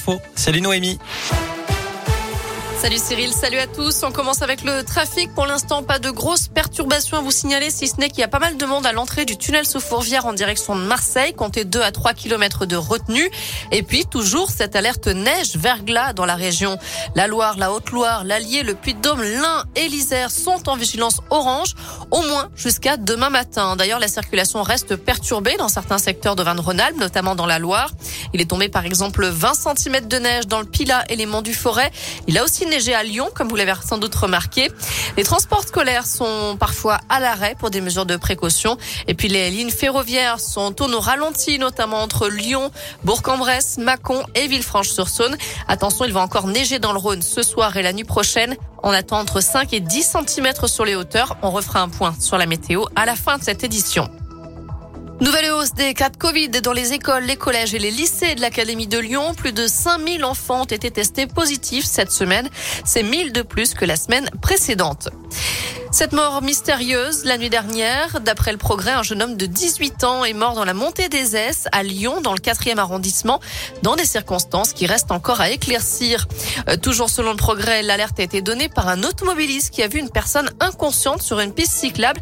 l'info. Salut Noémie. Salut Cyril, salut à tous. On commence avec le trafic. Pour l'instant, pas de grosses perturbations à vous signaler, si ce n'est qu'il y a pas mal de monde à l'entrée du tunnel sous Fourvière en direction de Marseille. Comptez 2 à 3 kilomètres de retenue. Et puis, toujours cette alerte neige verglas dans la région. La Loire, la Haute-Loire, l'Allier, le Puy-de-Dôme, l'Ain et l'Isère sont en vigilance orange, au moins jusqu'à demain matin. D'ailleurs, la circulation reste perturbée dans certains secteurs d'Auvergne-Rhône-Alpes, notamment dans la Loire. Il est tombé par exemple 20 cm de neige dans le Pilat et les Monts du Forêt. Il a aussi neigé à Lyon, comme vous l'avez sans doute remarqué. Les transports scolaires sont parfois à l'arrêt pour des mesures de précaution. Et puis les lignes ferroviaires sont au ralenti, notamment entre Lyon, Bourg-en-Bresse, Mâcon et Villefranche-sur-Saône. Attention, il va encore neiger dans le Rhône ce soir et la nuit prochaine. On attend entre 5 et 10 cm sur les hauteurs. On refera un point sur la météo à la fin de cette édition. Nouvelle hausse des cas de Covid dans les écoles, les collèges et les lycées de l'Académie de Lyon. Plus de 5000 enfants ont été testés positifs cette semaine. C'est 1000 de plus que la semaine précédente. Cette mort mystérieuse, la nuit dernière, d'après le Progrès, un jeune homme de 18 ans est mort dans la montée des Esses à Lyon, dans le 4e arrondissement, dans des circonstances qui restent encore à éclaircir. Toujours selon le Progrès, l'alerte a été donnée par un automobiliste qui a vu une personne inconsciente sur une piste cyclable.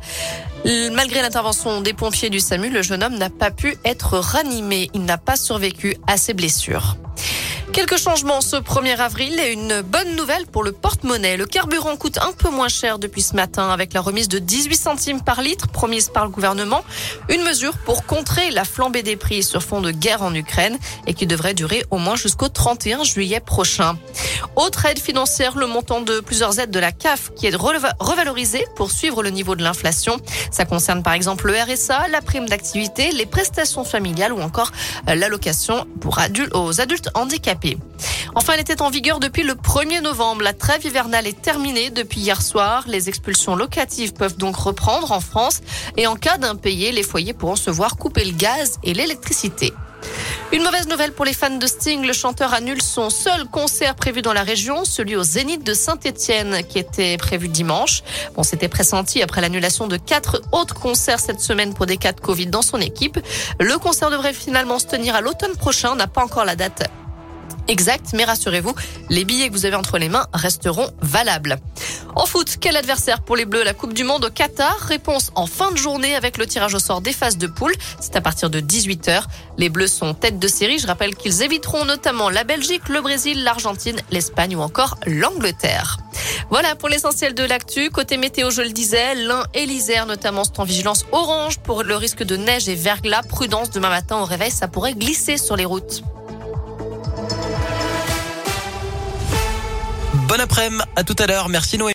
Malgré l'intervention des pompiers du SAMU, le jeune homme n'a pas pu être ranimé. Il n'a pas survécu à ses blessures. Quelques changements ce 1er avril et une bonne nouvelle pour le porte-monnaie. Le carburant coûte un peu moins cher depuis ce matin avec la remise de 18 centimes par litre promise par le gouvernement. Une mesure pour contrer la flambée des prix sur fond de guerre en Ukraine et qui devrait durer au moins jusqu'au 31 juillet prochain. Autre aide financière, le montant de plusieurs aides de la CAF qui est revalorisé pour suivre le niveau de l'inflation. Ça concerne par exemple le RSA, la prime d'activité, les prestations familiales ou encore l'allocation aux adultes handicapés. Enfin, elle était en vigueur depuis le 1er novembre. La trêve hivernale est terminée depuis hier soir. Les expulsions locatives peuvent donc reprendre en France. Et en cas d'impayé, les foyers pourront se voir couper le gaz et l'électricité. Une mauvaise nouvelle pour les fans de Sting. Le chanteur annule son seul concert prévu dans la région, celui au Zénith de Saint-Étienne, qui était prévu dimanche. C'était pressenti après l'annulation de 4 autres concerts cette semaine pour des cas de Covid dans son équipe. Le concert devrait finalement se tenir à l'automne prochain. On n'a pas encore la date exact, mais rassurez-vous, les billets que vous avez entre les mains resteront valables. En foot, quel adversaire pour les Bleus? La Coupe du Monde au Qatar. Réponse en fin de journée avec le tirage au sort des phases de poule. C'est à partir de 18h. Les Bleus sont tête de série. Je rappelle qu'ils éviteront notamment la Belgique, le Brésil, l'Argentine, l'Espagne ou encore l'Angleterre. Voilà pour l'essentiel de l'actu. Côté météo, je le disais, l'Ain et l'Isère notamment sont en vigilance orange pour le risque de neige et verglas. Prudence, demain matin au réveil, ça pourrait glisser sur les routes. Bon après-midi, à tout à l'heure. Merci Noé.